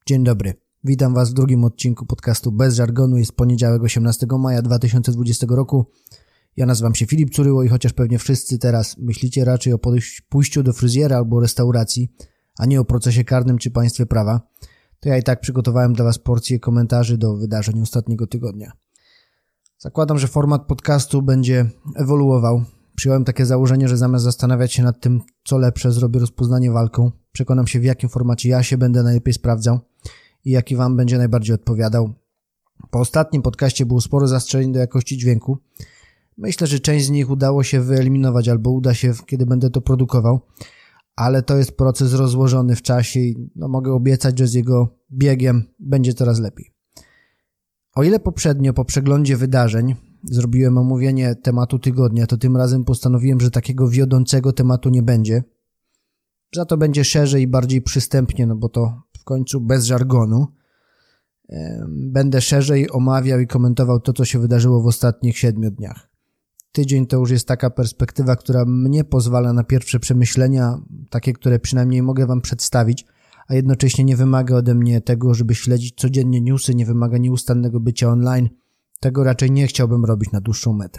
Dzień dobry, witam Was w drugim odcinku podcastu Bez Żargonu. Jest poniedziałek 18 maja 2020 roku. Ja nazywam się Filip Curyło i chociaż pewnie wszyscy teraz myślicie raczej o pójściu do fryzjera albo restauracji, a nie o procesie karnym czy państwie prawa, to ja i tak przygotowałem dla Was porcję komentarzy do wydarzeń ostatniego tygodnia. Zakładam, że format podcastu będzie ewoluował. Przyjąłem takie założenie, że zamiast zastanawiać się nad tym, co lepsze, zrobię rozpoznanie walką. Przekonam się, w jakim formacie ja się będę najlepiej sprawdzał i jaki Wam będzie najbardziej odpowiadał. Po ostatnim podcaście było sporo zastrzeżeń do jakości dźwięku. Myślę, że część z nich udało się wyeliminować albo uda się, kiedy będę to produkował, ale to jest proces rozłożony w czasie i mogę obiecać, że z jego biegiem będzie coraz lepiej. O ile poprzednio po przeglądzie wydarzeń zrobiłem omówienie tematu tygodnia, to tym razem postanowiłem, że takiego wiodącego tematu nie będzie. Za to będzie szerzej i bardziej przystępnie, bo to w końcu bez żargonu. Będę szerzej omawiał i komentował to, co się wydarzyło w ostatnich 7 dniach. Tydzień to już jest taka perspektywa, która mnie pozwala na pierwsze przemyślenia, takie, które przynajmniej mogę Wam przedstawić, a jednocześnie nie wymaga ode mnie tego, żeby śledzić codziennie newsy, nie wymaga nieustannego bycia online. Tego raczej nie chciałbym robić na dłuższą metę.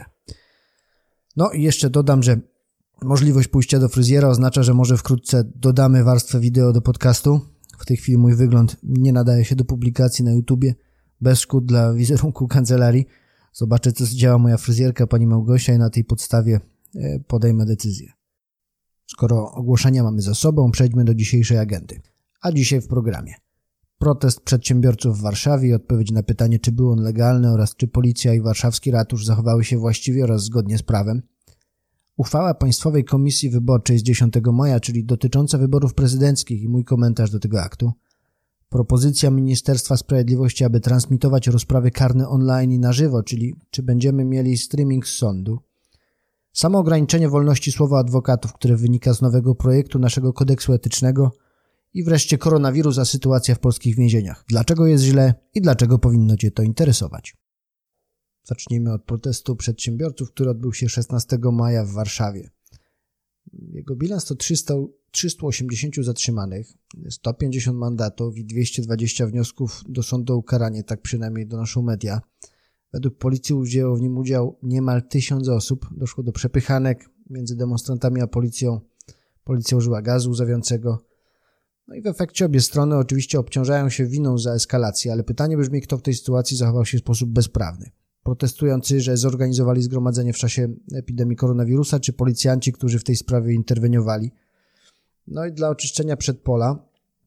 No i jeszcze dodam, że możliwość pójścia do fryzjera oznacza, że może wkrótce dodamy warstwę wideo do podcastu. W tej chwili mój wygląd nie nadaje się do publikacji na YouTubie, bez szkód dla wizerunku kancelarii. Zobaczę, co zdziała moja fryzjerka, pani Małgosia, i na tej podstawie podejmę decyzję. Skoro ogłoszenia mamy za sobą, przejdźmy do dzisiejszej agendy. A dzisiaj w programie: protest przedsiębiorców w Warszawie i odpowiedź na pytanie, czy był on legalny oraz czy policja i warszawski ratusz zachowały się właściwie oraz zgodnie z prawem. Uchwała Państwowej Komisji Wyborczej z 10 maja, czyli dotycząca wyborów prezydenckich, i mój komentarz do tego aktu. Propozycja Ministerstwa Sprawiedliwości, aby transmitować rozprawy karne online i na żywo, czyli czy będziemy mieli streaming z sądu. Samo ograniczenie wolności słowa adwokatów, które wynika z nowego projektu naszego kodeksu etycznego. I wreszcie koronawirus, a sytuacja w polskich więzieniach. Dlaczego jest źle i dlaczego powinno Cię to interesować? Zacznijmy od protestu przedsiębiorców, który odbył się 16 maja w Warszawie. Jego bilans to 380 zatrzymanych, 150 mandatów i 220 wniosków do sądu o ukaranie, tak przynajmniej donoszą media. Według policji wzięło w nim udział niemal 1000 osób. Doszło do przepychanek między demonstrantami a policją. Policja użyła gazu łzawiącego. No i w efekcie obie strony oczywiście obciążają się winą za eskalację, ale pytanie brzmi, kto w tej sytuacji zachował się w sposób bezprawny. Protestujący, że zorganizowali zgromadzenie w czasie epidemii koronawirusa, czy policjanci, którzy w tej sprawie interweniowali. No i dla oczyszczenia przedpola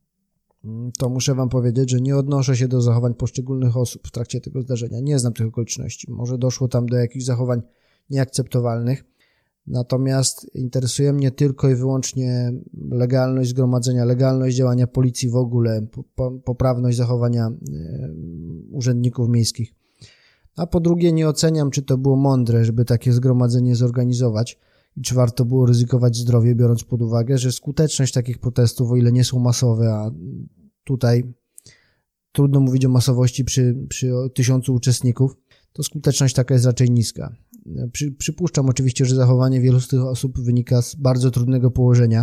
to muszę Wam powiedzieć, że nie odnoszę się do zachowań poszczególnych osób w trakcie tego zdarzenia. Nie znam tych okoliczności. Może doszło tam do jakichś zachowań nieakceptowalnych. Natomiast interesuje mnie tylko i wyłącznie legalność zgromadzenia, legalność działania policji w ogóle, poprawność zachowania urzędników miejskich. A po drugie, nie oceniam, czy to było mądre, żeby takie zgromadzenie zorganizować i czy warto było ryzykować zdrowie, biorąc pod uwagę, że skuteczność takich protestów, o ile nie są masowe, a tutaj trudno mówić o masowości przy 1000 uczestników, to skuteczność taka jest raczej niska. Przypuszczam oczywiście, że zachowanie wielu z tych osób wynika z bardzo trudnego położenia,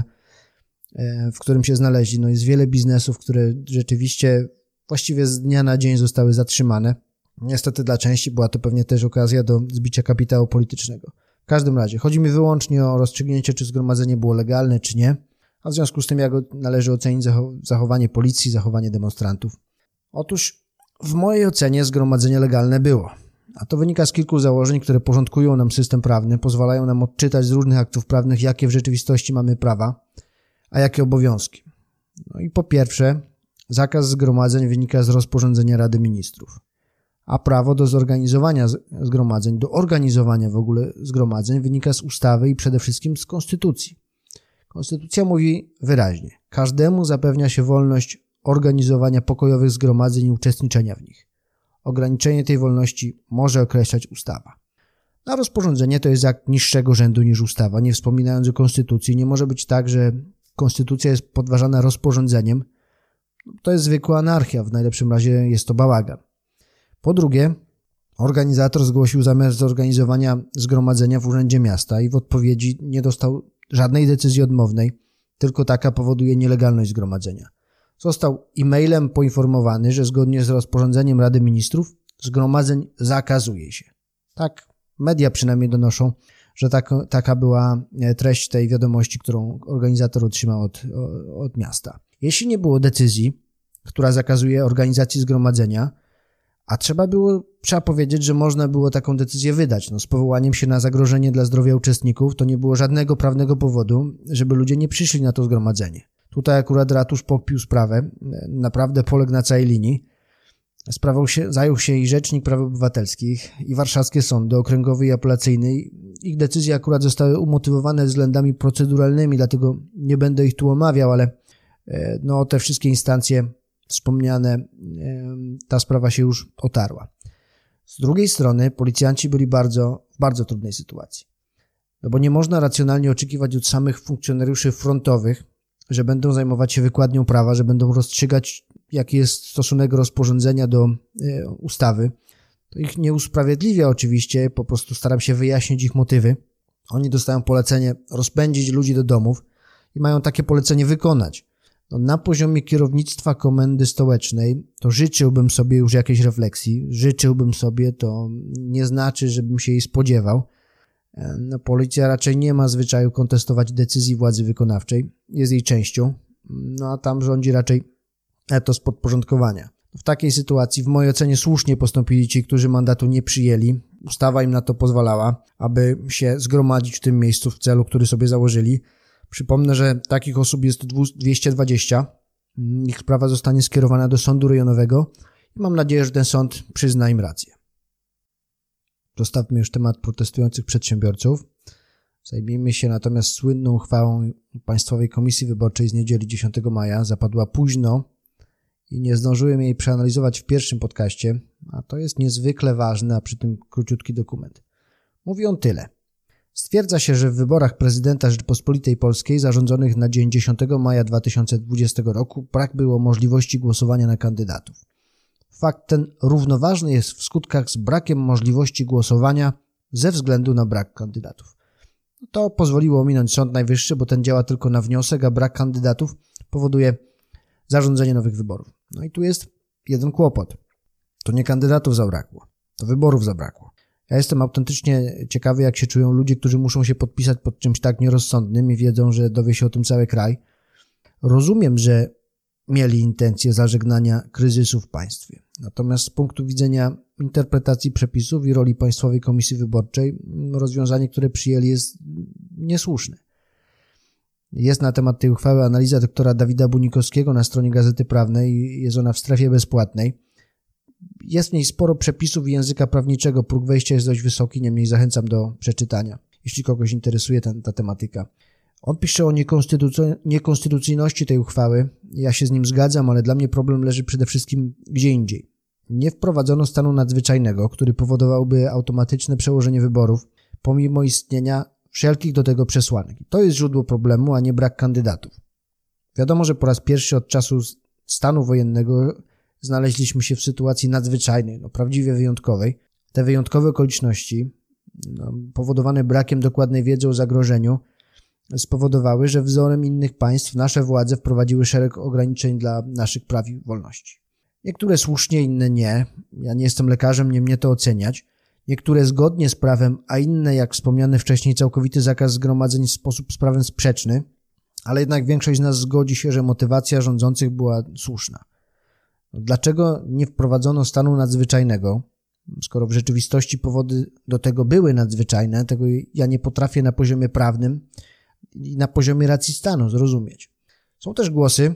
w którym się znaleźli. No jest wiele biznesów, które rzeczywiście właściwie z dnia na dzień zostały zatrzymane. Niestety dla części była to pewnie też okazja do zbicia kapitału politycznego. W każdym razie chodzi mi wyłącznie o rozstrzygnięcie, czy zgromadzenie było legalne, czy nie, a w związku z tym jak należy ocenić zachowanie policji, zachowanie demonstrantów. Otóż w mojej ocenie zgromadzenie legalne było. A to wynika z kilku założeń, które porządkują nam system prawny, pozwalają nam odczytać z różnych aktów prawnych, jakie w rzeczywistości mamy prawa, a jakie obowiązki. No i po pierwsze, zakaz zgromadzeń wynika z rozporządzenia Rady Ministrów, a prawo do zorganizowania zgromadzeń, do organizowania w ogóle zgromadzeń wynika z ustawy i przede wszystkim z Konstytucji. Konstytucja mówi wyraźnie: każdemu zapewnia się wolność organizowania pokojowych zgromadzeń i uczestniczenia w nich. Ograniczenie tej wolności może określać ustawa. A rozporządzenie to jest akt niższego rzędu niż ustawa, nie wspominając o Konstytucji. Nie może być tak, że Konstytucja jest podważana rozporządzeniem. To jest zwykła anarchia, w najlepszym razie jest to bałagan. Po drugie, organizator zgłosił zamiar zorganizowania zgromadzenia w Urzędzie Miasta i w odpowiedzi nie dostał żadnej decyzji odmownej, tylko taka powoduje nielegalność zgromadzenia. Został e-mailem poinformowany, że zgodnie z rozporządzeniem Rady Ministrów zgromadzeń zakazuje się. Tak media przynajmniej donoszą, że taka była treść tej wiadomości, którą organizator otrzymał od miasta. Jeśli nie było decyzji, która zakazuje organizacji zgromadzenia, a trzeba powiedzieć, że można było taką decyzję wydać. Z powołaniem się na zagrożenie dla zdrowia uczestników, to nie było żadnego prawnego powodu, żeby ludzie nie przyszli na to zgromadzenie. Tutaj akurat ratusz pokpił sprawę, naprawdę poległ na całej linii. Sprawą zajął się i Rzecznik Praw Obywatelskich, i warszawskie sądy, okręgowy i apelacyjny. Ich decyzje akurat zostały umotywowane względami proceduralnymi, dlatego nie będę ich tu omawiał, ale te wszystkie instancje wspomniane, ta sprawa się już otarła. Z drugiej strony policjanci byli w bardzo trudnej sytuacji. Bo nie można racjonalnie oczekiwać od samych funkcjonariuszy frontowych, że będą zajmować się wykładnią prawa, że będą rozstrzygać, jaki jest stosunek rozporządzenia do ustawy. To ich nie usprawiedliwia oczywiście, po prostu staram się wyjaśnić ich motywy. Oni dostają polecenie rozpędzić ludzi do domów i mają takie polecenie wykonać. Na poziomie kierownictwa komendy stołecznej to życzyłbym sobie już jakiejś refleksji, to nie znaczy, żebym się jej spodziewał. Policja raczej nie ma zwyczaju kontestować decyzji władzy wykonawczej, jest jej częścią, a tam rządzi raczej etos podporządkowania. W takiej sytuacji w mojej ocenie słusznie postąpili ci, którzy mandatu nie przyjęli. Ustawa im na to pozwalała, aby się zgromadzić w tym miejscu w celu, który sobie założyli. Przypomnę, że takich osób jest 220. Ich sprawa zostanie skierowana do sądu rejonowego i mam nadzieję, że ten sąd przyzna im rację. Zostawmy już temat protestujących przedsiębiorców. Zajmijmy się natomiast słynną uchwałą Państwowej Komisji Wyborczej z niedzieli 10 maja. Zapadła późno i nie zdążyłem jej przeanalizować w pierwszym podcaście, a to jest niezwykle ważny, a przy tym króciutki dokument. Mówi on tyle. Stwierdza się, że w wyborach prezydenta Rzeczypospolitej Polskiej zarządzonych na dzień 10 maja 2020 roku brak było możliwości głosowania na kandydatów. Fakt ten równoważny jest w skutkach z brakiem możliwości głosowania ze względu na brak kandydatów. To pozwoliło ominąć Sąd Najwyższy, bo ten działa tylko na wniosek, a brak kandydatów powoduje zarządzenie nowych wyborów. I tu jest jeden kłopot. To nie kandydatów zabrakło, to wyborów zabrakło. Ja jestem autentycznie ciekawy, jak się czują ludzie, którzy muszą się podpisać pod czymś tak nierozsądnym i wiedzą, że dowie się o tym cały kraj. Rozumiem, że mieli intencję zażegnania kryzysu w państwie. Natomiast z punktu widzenia interpretacji przepisów i roli Państwowej Komisji Wyborczej rozwiązanie, które przyjęli, jest niesłuszne. Jest na temat tej uchwały analiza doktora Dawida Bunikowskiego na stronie Gazety Prawnej. Jest ona w strefie bezpłatnej. Jest w niej sporo przepisów i języka prawniczego. Próg wejścia jest dość wysoki, niemniej zachęcam do przeczytania, jeśli kogoś interesuje ta tematyka. On pisze o niekonstytucyjności tej uchwały. Ja się z nim zgadzam, ale dla mnie problem leży przede wszystkim gdzie indziej. Nie wprowadzono stanu nadzwyczajnego, który powodowałby automatyczne przełożenie wyborów, pomimo istnienia wszelkich do tego przesłanek. To jest źródło problemu, a nie brak kandydatów. Wiadomo, że po raz pierwszy od czasu stanu wojennego znaleźliśmy się w sytuacji nadzwyczajnej, prawdziwie wyjątkowej. Te wyjątkowe okoliczności, powodowane brakiem dokładnej wiedzy o zagrożeniu, spowodowały, że wzorem innych państw nasze władze wprowadziły szereg ograniczeń dla naszych praw i wolności. Niektóre słusznie, inne nie. Ja nie jestem lekarzem, nie mnie to oceniać. Niektóre zgodnie z prawem, a inne, jak wspomniany wcześniej, całkowity zakaz zgromadzeń w sposób z prawem sprzeczny, ale jednak większość z nas zgodzi się, że motywacja rządzących była słuszna. Dlaczego nie wprowadzono stanu nadzwyczajnego, skoro w rzeczywistości powody do tego były nadzwyczajne? Tego ja nie potrafię na poziomie prawnym i na poziomie racji stanu zrozumieć. Są też głosy,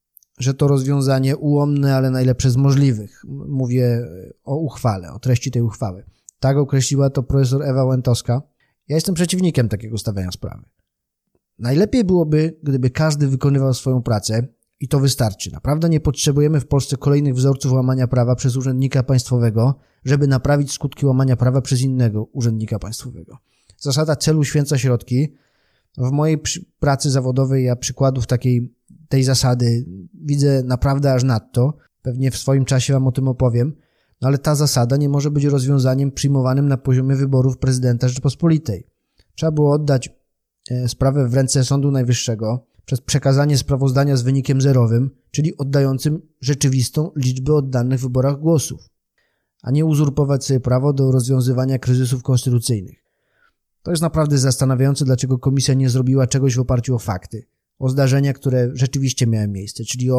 że to rozwiązanie ułomne, ale najlepsze z możliwych. Mówię o uchwale, o treści tej uchwały. Tak określiła to profesor Ewa Łętowska. Ja jestem przeciwnikiem takiego stawiania sprawy. Najlepiej byłoby, gdyby każdy wykonywał swoją pracę i to wystarczy. Naprawdę nie potrzebujemy w Polsce kolejnych wzorców łamania prawa przez urzędnika państwowego, żeby naprawić skutki łamania prawa przez innego urzędnika państwowego. Zasada celu święca środki. W mojej pracy zawodowej ja przykładów tej zasady widzę naprawdę aż nadto. Pewnie w swoim czasie wam o tym opowiem. Ale ta zasada nie może być rozwiązaniem przyjmowanym na poziomie wyborów prezydenta Rzeczypospolitej. Trzeba było oddać sprawę w ręce Sądu Najwyższego, przez przekazanie sprawozdania z wynikiem zerowym, czyli oddającym rzeczywistą liczbę oddanych w wyborach głosów, a nie uzurpować sobie prawo do rozwiązywania kryzysów konstytucyjnych. To jest naprawdę zastanawiające, dlaczego komisja nie zrobiła czegoś w oparciu o fakty, o zdarzenia, które rzeczywiście miały miejsce, czyli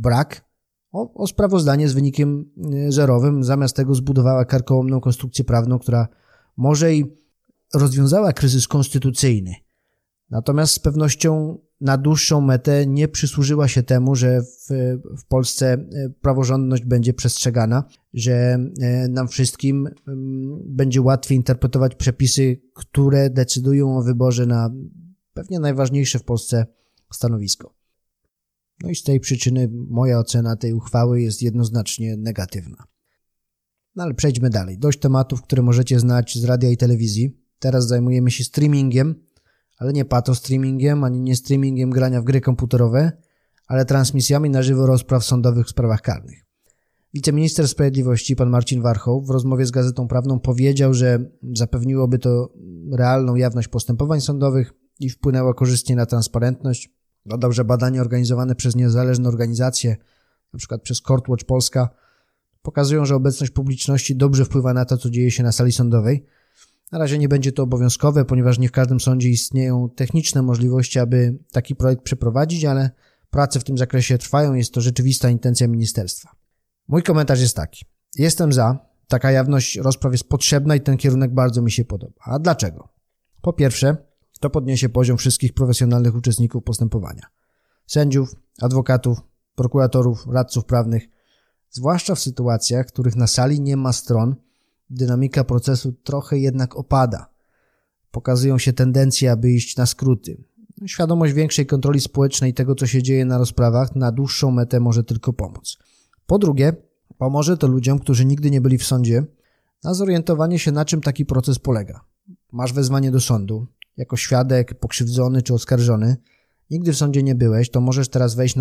o sprawozdanie z wynikiem zerowym, zamiast tego zbudowała karkołomną konstrukcję prawną, która może i rozwiązała kryzys konstytucyjny. Natomiast z pewnością na dłuższą metę nie przysłużyła się temu, że w Polsce praworządność będzie przestrzegana, że nam wszystkim będzie łatwiej interpretować przepisy, które decydują o wyborze na pewnie najważniejsze w Polsce stanowisko. No i z tej przyczyny moja ocena tej uchwały jest jednoznacznie negatywna. No ale przejdźmy dalej. Dość tematów, które możecie znać z radia i telewizji. Teraz zajmujemy się streamingiem, ale nie patostreamingiem, ani nie streamingiem grania w gry komputerowe, ale transmisjami na żywo rozpraw sądowych w sprawach karnych. Wiceminister Sprawiedliwości, pan Marcin Warchoł, w rozmowie z Gazetą Prawną powiedział, że zapewniłoby to realną jawność postępowań sądowych i wpłynęło korzystnie na transparentność. Dodał, że badania organizowane przez niezależne organizacje, np. przez Court Watch Polska, pokazują, że obecność publiczności dobrze wpływa na to, co dzieje się na sali sądowej. Na razie nie będzie to obowiązkowe, ponieważ nie w każdym sądzie istnieją techniczne możliwości, aby taki projekt przeprowadzić, ale prace w tym zakresie trwają, jest to rzeczywista intencja ministerstwa. Mój komentarz jest taki. Jestem za, taka jawność rozpraw jest potrzebna i ten kierunek bardzo mi się podoba. A dlaczego? Po pierwsze, to podniesie poziom wszystkich profesjonalnych uczestników postępowania. Sędziów, adwokatów, prokuratorów, radców prawnych, zwłaszcza w sytuacjach, w których na sali nie ma stron, dynamika procesu trochę jednak opada. Pokazują się tendencje, aby iść na skróty. Świadomość większej kontroli społecznej tego, co się dzieje na rozprawach, na dłuższą metę może tylko pomóc. Po drugie, pomoże to ludziom, którzy nigdy nie byli w sądzie, na zorientowanie się, na czym taki proces polega. Masz wezwanie do sądu, jako świadek, pokrzywdzony czy oskarżony, nigdy w sądzie nie byłeś, to możesz teraz wejść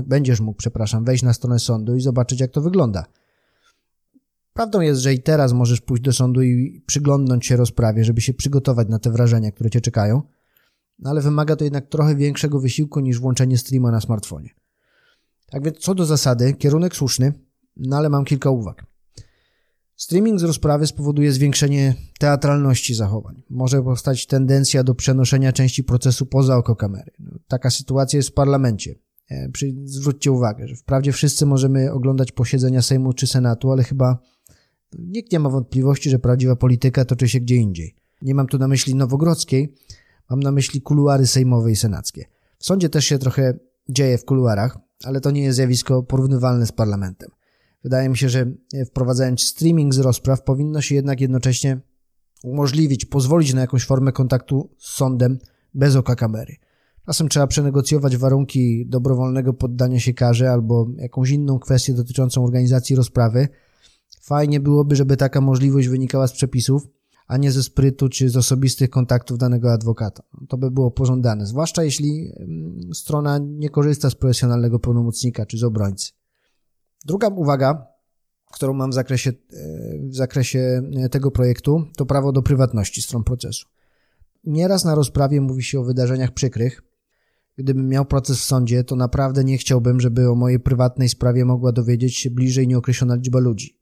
na stronę sądu i zobaczyć, jak to wygląda. Prawdą jest, że i teraz możesz pójść do sądu i przyglądnąć się rozprawie, żeby się przygotować na te wrażenia, które cię czekają, ale wymaga to jednak trochę większego wysiłku niż włączenie streama na smartfonie. Tak więc co do zasady, kierunek słuszny, no ale mam kilka uwag. Streaming z rozprawy spowoduje zwiększenie teatralności zachowań. Może powstać tendencja do przenoszenia części procesu poza oko kamery. Taka sytuacja jest w parlamencie. Zwróćcie uwagę, że wprawdzie wszyscy możemy oglądać posiedzenia Sejmu czy Senatu, ale chyba nikt nie ma wątpliwości, że prawdziwa polityka toczy się gdzie indziej. Nie mam tu na myśli nowogrodzkiej, mam na myśli kuluary sejmowe i senackie. W sądzie też się trochę dzieje w kuluarach, ale to nie jest zjawisko porównywalne z parlamentem. Wydaje mi się, że wprowadzając streaming z rozpraw powinno się jednak jednocześnie pozwolić na jakąś formę kontaktu z sądem bez oka kamery. Czasem trzeba przenegocjować warunki dobrowolnego poddania się karze albo jakąś inną kwestię dotyczącą organizacji rozprawy. Fajnie byłoby, żeby taka możliwość wynikała z przepisów, a nie ze sprytu czy z osobistych kontaktów danego adwokata. To by było pożądane, zwłaszcza jeśli strona nie korzysta z profesjonalnego pełnomocnika czy z obrońcy. Druga uwaga, którą mam w zakresie tego projektu, to prawo do prywatności stron procesu. Nieraz na rozprawie mówi się o wydarzeniach przykrych. Gdybym miał proces w sądzie, to naprawdę nie chciałbym, żeby o mojej prywatnej sprawie mogła dowiedzieć się bliżej nieokreślona liczba ludzi.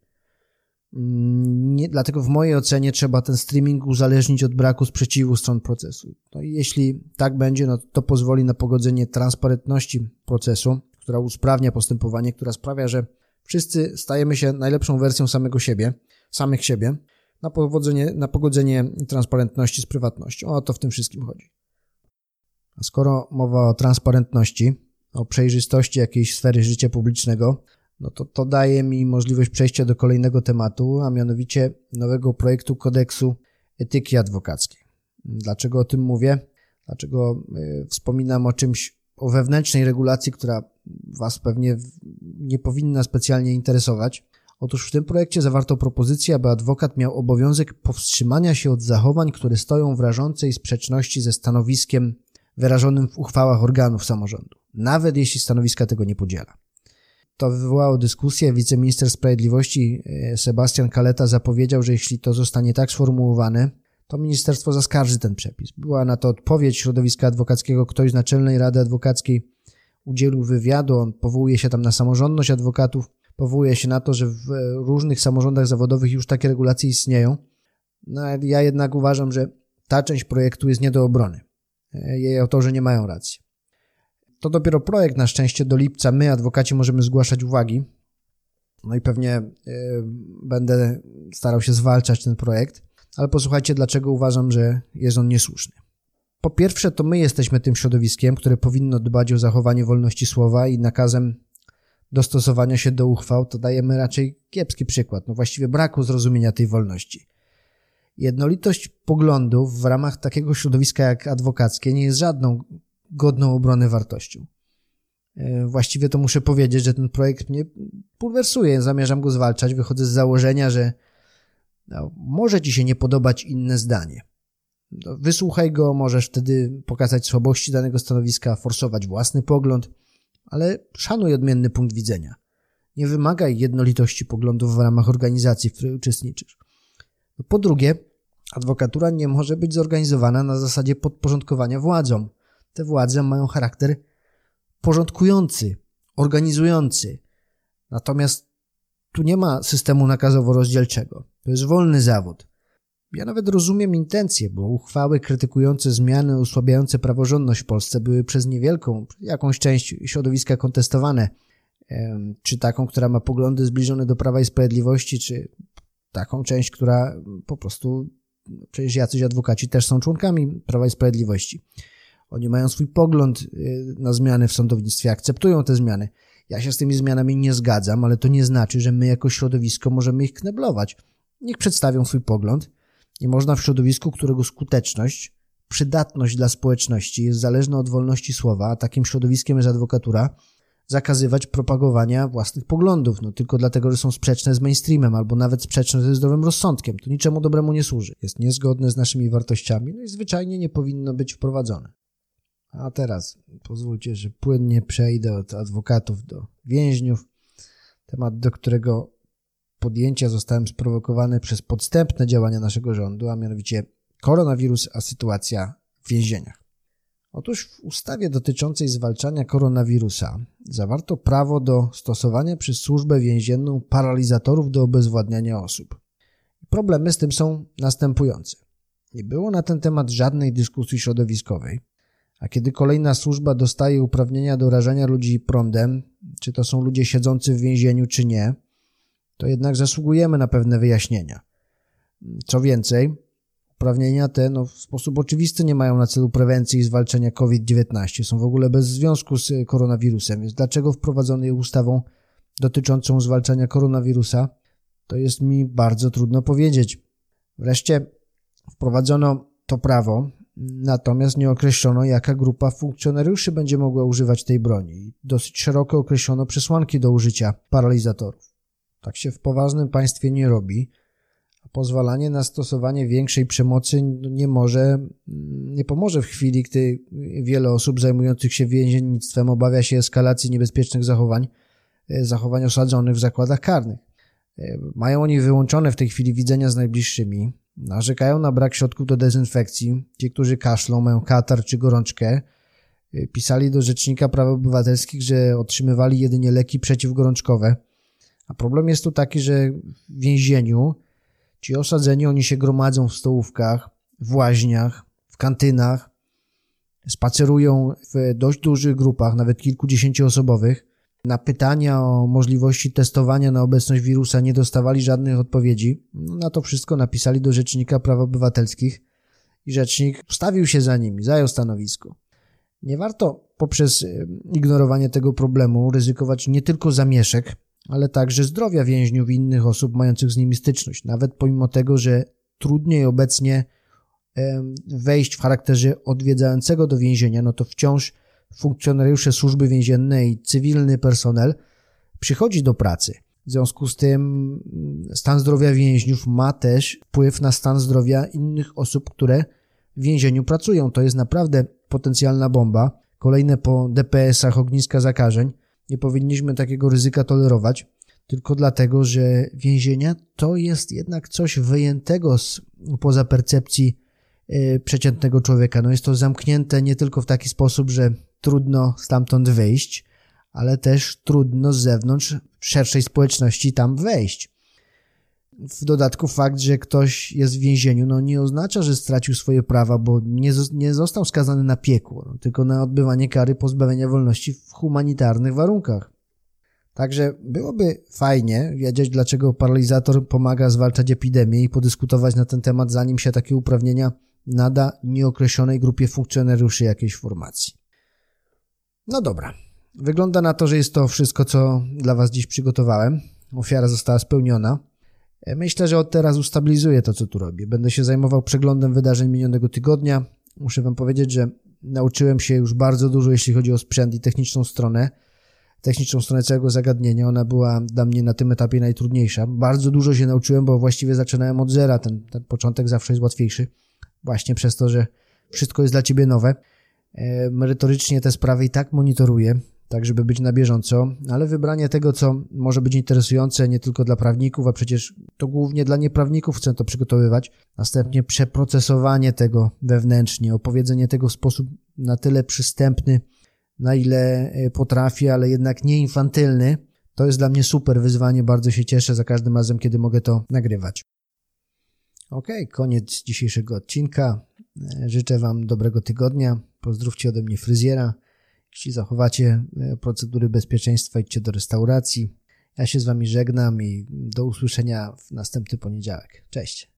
Dlatego w mojej ocenie trzeba ten streaming uzależnić od braku sprzeciwu stron procesu. No i jeśli tak będzie, no to pozwoli na pogodzenie transparentności procesu, która usprawnia postępowanie, która sprawia, że wszyscy stajemy się najlepszą wersją samych siebie, na pogodzenie transparentności z prywatnością. O to w tym wszystkim chodzi. A skoro mowa o transparentności, o przejrzystości jakiejś sfery życia publicznego, no to daje mi możliwość przejścia do kolejnego tematu, a mianowicie nowego projektu kodeksu etyki adwokackiej. Dlaczego o tym mówię? Dlaczego wspominam o wewnętrznej regulacji, która Was pewnie nie powinna specjalnie interesować? Otóż w tym projekcie zawarto propozycję, aby adwokat miał obowiązek powstrzymania się od zachowań, które stoją w rażącej sprzeczności ze stanowiskiem wyrażonym w uchwałach organów samorządu, nawet jeśli stanowiska tego nie podziela. To wywołało dyskusję. Wiceminister Sprawiedliwości Sebastian Kaleta zapowiedział, że jeśli to zostanie tak sformułowane, to ministerstwo zaskarży ten przepis. Była na to odpowiedź środowiska adwokackiego. Ktoś z Naczelnej Rady Adwokackiej udzielił wywiadu, on powołuje się tam na samorządność adwokatów, powołuje się na to, że w różnych samorządach zawodowych już takie regulacje istnieją. No, ja jednak uważam, że ta część projektu jest nie do obrony. Jej autorzy nie mają racji. To dopiero projekt, na szczęście do lipca my, adwokaci, możemy zgłaszać uwagi. No i pewnie będę starał się zwalczać ten projekt, ale posłuchajcie, dlaczego uważam, że jest on niesłuszny. Po pierwsze, to my jesteśmy tym środowiskiem, które powinno dbać o zachowanie wolności słowa i nakazem dostosowania się do uchwał to dajemy raczej kiepski przykład, no właściwie braku zrozumienia tej wolności. Jednolitość poglądów w ramach takiego środowiska jak adwokackie nie jest żadną godną obrony wartością. Właściwie to muszę powiedzieć, że ten projekt mnie bulwersuje, zamierzam go zwalczać, wychodzę z założenia, że może ci się nie podobać inne zdanie. Wysłuchaj go, możesz wtedy pokazać słabości danego stanowiska, forsować własny pogląd, ale szanuj odmienny punkt widzenia. Nie wymagaj jednolitości poglądów w ramach organizacji, w której uczestniczysz. Po drugie, adwokatura nie może być zorganizowana na zasadzie podporządkowania władzom. Te władze mają charakter porządkujący, organizujący. Natomiast tu nie ma systemu nakazowo-rozdzielczego. To jest wolny zawód. Ja nawet rozumiem intencje, bo uchwały krytykujące zmiany osłabiające praworządność w Polsce były przez niewielką, jakąś część środowiska kontestowane. Czy taką, która ma poglądy zbliżone do Prawa i Sprawiedliwości, czy taką część, która po prostu, przecież jacyś adwokaci też są członkami Prawa i Sprawiedliwości. Oni mają swój pogląd na zmiany w sądownictwie, akceptują te zmiany. Ja się z tymi zmianami nie zgadzam, ale to nie znaczy, że my jako środowisko możemy ich kneblować. Niech przedstawią swój pogląd. Nie można w środowisku, którego skuteczność, przydatność dla społeczności jest zależna od wolności słowa, a takim środowiskiem jest adwokatura, zakazywać propagowania własnych poglądów, no tylko dlatego, że są sprzeczne z mainstreamem albo nawet sprzeczne ze zdrowym rozsądkiem. To niczemu dobremu nie służy. Jest niezgodne z naszymi wartościami, no i zwyczajnie nie powinno być wprowadzone. A teraz pozwólcie, że płynnie przejdę od adwokatów do więźniów. Temat, do którego podjęcia zostałem sprowokowany przez podstępne działania naszego rządu, a mianowicie koronawirus, a sytuacja w więzieniach. Otóż w ustawie dotyczącej zwalczania koronawirusa zawarto prawo do stosowania przez służbę więzienną paralizatorów do obezwładniania osób. Problemy z tym są następujące. Nie było na ten temat żadnej dyskusji środowiskowej, a kiedy kolejna służba dostaje uprawnienia do rażenia ludzi prądem, czy to są ludzie siedzący w więzieniu, czy nie, to jednak zasługujemy na pewne wyjaśnienia. Co więcej, uprawnienia te w sposób oczywisty nie mają na celu prewencji i zwalczania COVID-19, są w ogóle bez związku z koronawirusem, więc dlaczego wprowadzono je ustawą dotyczącą zwalczania koronawirusa, to jest mi bardzo trudno powiedzieć. Wreszcie wprowadzono to prawo, natomiast nie określono, jaka grupa funkcjonariuszy będzie mogła używać tej broni. Dosyć szeroko określono przesłanki do użycia paralizatorów. Tak się w poważnym państwie nie robi, a pozwalanie na stosowanie większej przemocy nie pomoże w chwili, gdy wiele osób zajmujących się więziennictwem obawia się eskalacji niebezpiecznych zachowań osadzonych w zakładach karnych. Mają oni wyłączone w tej chwili widzenia z najbliższymi, narzekają na brak środków do dezynfekcji. Ci, którzy kaszlą, mają katar czy gorączkę, pisali do Rzecznika Praw Obywatelskich, że otrzymywali jedynie leki przeciwgorączkowe. A problem jest tu taki, że w więzieniu ci osadzeni, oni się gromadzą w stołówkach, w łaźniach, w kantynach, spacerują w dość dużych grupach, nawet kilkudziesięcioosobowych. Na pytania o możliwości testowania na obecność wirusa nie dostawali żadnych odpowiedzi. Na to wszystko napisali do Rzecznika Praw Obywatelskich i Rzecznik wstawił się za nimi, zajął stanowisko. Nie warto poprzez ignorowanie tego problemu ryzykować nie tylko zamieszek, ale także zdrowia więźniów i innych osób mających z nimi styczność. Nawet pomimo tego, że trudniej obecnie wejść w charakterze odwiedzającego do więzienia, no to wciąż funkcjonariusze służby więziennej i cywilny personel przychodzi do pracy. W związku z tym stan zdrowia więźniów ma też wpływ na stan zdrowia innych osób, które w więzieniu pracują. To jest naprawdę potencjalna bomba. Kolejne po DPS-ach ogniska zakażeń. Nie powinniśmy takiego ryzyka tolerować, tylko dlatego, że więzienia to jest jednak coś wyjętego poza percepcji przeciętnego człowieka. No jest to zamknięte nie tylko w taki sposób, że trudno stamtąd wyjść, ale też trudno z zewnątrz szerszej społeczności tam wejść. W dodatku fakt, że ktoś jest w więzieniu, no nie oznacza, że stracił swoje prawa, bo nie został skazany na piekło, tylko na odbywanie kary pozbawienia wolności w humanitarnych warunkach. Także byłoby fajnie wiedzieć, dlaczego paralizator pomaga zwalczać epidemię i podyskutować na ten temat, zanim się takie uprawnienia nada nieokreślonej grupie funkcjonariuszy jakiejś formacji. No dobra, wygląda na to, że jest to wszystko, co dla Was dziś przygotowałem. Ofiara została spełniona. Myślę, że od teraz ustabilizuję to, co tu robię. Będę się zajmował przeglądem wydarzeń minionego tygodnia. Muszę Wam powiedzieć, że nauczyłem się już bardzo dużo, jeśli chodzi o sprzęt i techniczną stronę całego zagadnienia. Ona była dla mnie na tym etapie najtrudniejsza. Bardzo dużo się nauczyłem, bo właściwie zaczynałem od zera. Ten początek zawsze jest łatwiejszy. Właśnie przez to, że wszystko jest dla Ciebie nowe. Merytorycznie te sprawy i tak monitoruję, tak żeby być na bieżąco, ale wybranie tego, co może być interesujące nie tylko dla prawników, a przecież to głównie dla nieprawników chcę to przygotowywać. Następnie przeprocesowanie tego wewnętrznie, opowiedzenie tego w sposób na tyle przystępny, na ile potrafię, ale jednak nie infantylny. To jest dla mnie super wyzwanie, bardzo się cieszę za każdym razem, kiedy mogę to nagrywać. Okej, koniec dzisiejszego odcinka. Życzę Wam dobrego tygodnia. Pozdrówcie ode mnie fryzjera. Jeśli zachowacie procedury bezpieczeństwa, idźcie do restauracji. Ja się z Wami żegnam i do usłyszenia w następny poniedziałek. Cześć.